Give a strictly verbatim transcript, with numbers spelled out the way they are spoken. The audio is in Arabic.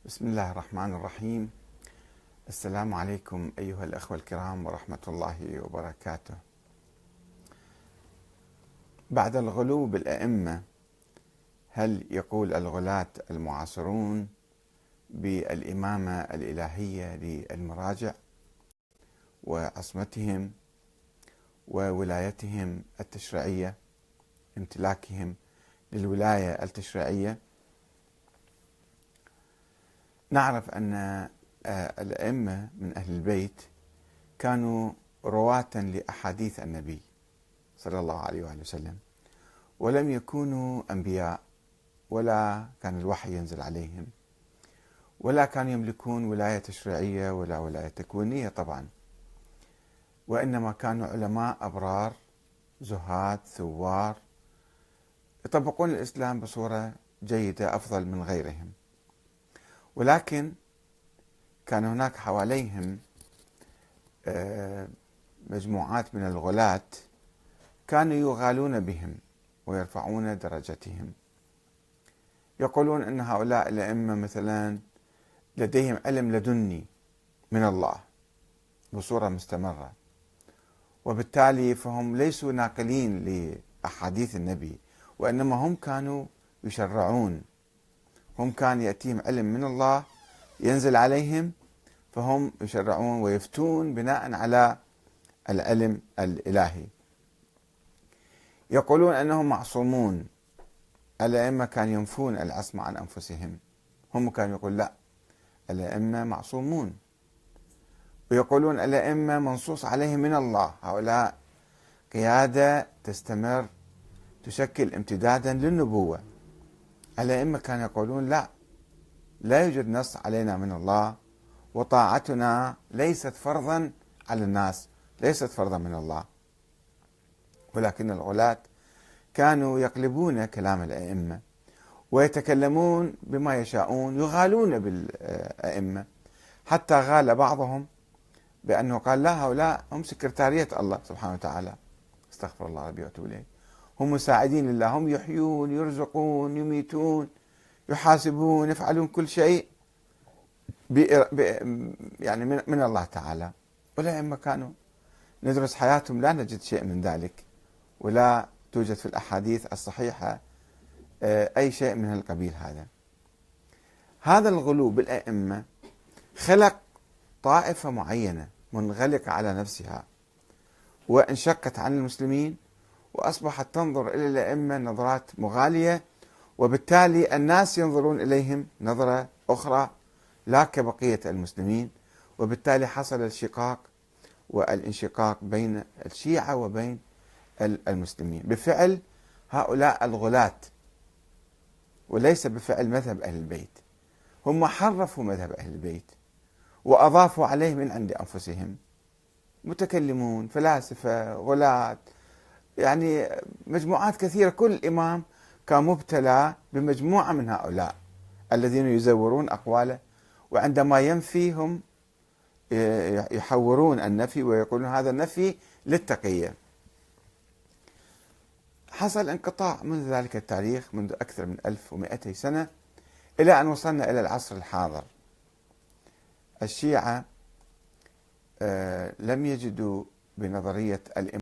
بسم الله الرحمن الرحيم. السلام عليكم أيها الأخوة الكرام ورحمة الله وبركاته. بعد الغلو بالأئمة، هل يقول الغلاة المعاصرون بالإمامة الإلهية للمراجع وعصمتهم وولايتهم التشريعية، امتلاكهم للولاية التشريعية؟ نعرف أن الأئمة من أهل البيت كانوا رواة لأحاديث النبي صلى الله عليه وآله وسلم، ولم يكونوا أنبياء، ولا كان الوحي ينزل عليهم، ولا كانوا يملكون ولاية تشريعية ولا ولاية تكوينية طبعا، وإنما كانوا علماء أبرار زهاد ثوار يطبقون الإسلام بصورة جيدة أفضل من غيرهم. ولكن كان هناك حواليهم مجموعات من الغلاة كانوا يغالون بهم ويرفعون درجتهم، يقولون أن هؤلاء الأئمة مثلا لديهم علم لدني من الله بصورة مستمرة، وبالتالي فهم ليسوا ناقلين لأحاديث النبي، وإنما هم كانوا يشرعون، هم كان يأتيهم علم من الله ينزل عليهم، فهم يشرعون ويفتون بناء على العلم الإلهي. يقولون أنهم معصومون، الأئمة كانوا ينفون العصمة عن أنفسهم، هم كانوا يقول لا، الأئمة معصومون. ويقولون الأئمة منصوص عليهم من الله، هؤلاء قيادة تستمر تشكل امتدادا للنبوة. الأئمة كانوا يقولون لا، لا يوجد نص علينا من الله، وطاعتنا ليست فرضا على الناس، ليست فرضا من الله. ولكن الغلاة كانوا يقلبون كلام الأئمة ويتكلمون بما يشاءون، يغالون بالأئمة، حتى غال بعضهم بأنه قال لا، هؤلاء هم سكرتارية الله سبحانه وتعالى، استغفر الله ربي وأتوب إليه، هم مساعدين لله، هم يحيون يرزقون يميتون يحاسبون يفعلون كل شيء يعني من الله تعالى. والأئمة كانوا ندرس حياتهم لا نجد شيء من ذلك، ولا توجد في الأحاديث الصحيحة أي شيء من القبيل. هذا هذا الغلو بالأئمة خلق طائفة معينة منغلقة على نفسها وانشقت عن المسلمين، وأصبحت تنظر إلى الأئمة نظرات مغالية، وبالتالي الناس ينظرون إليهم نظرة أخرى لا كبقية المسلمين، وبالتالي حصل الشقاق والانشقاق بين الشيعة وبين المسلمين بفعل هؤلاء الغلاة، وليس بفعل مذهب أهل البيت. هم حرفوا مذهب أهل البيت وأضافوا عليه من عند أنفسهم، متكلمون فلاسفة غلاة، يعني مجموعات كثيرة، كل إمام كان مبتلى بمجموعة من هؤلاء الذين يزورون أقواله، وعندما ينفي هم يحورون النفي ويقولون هذا النفي للتقية. حصل انقطاع منذ ذلك التاريخ، منذ أكثر من ألف ومئتي سنة، إلى أن وصلنا إلى العصر الحاضر. الشيعة لم يجدوا بنظرية الإمام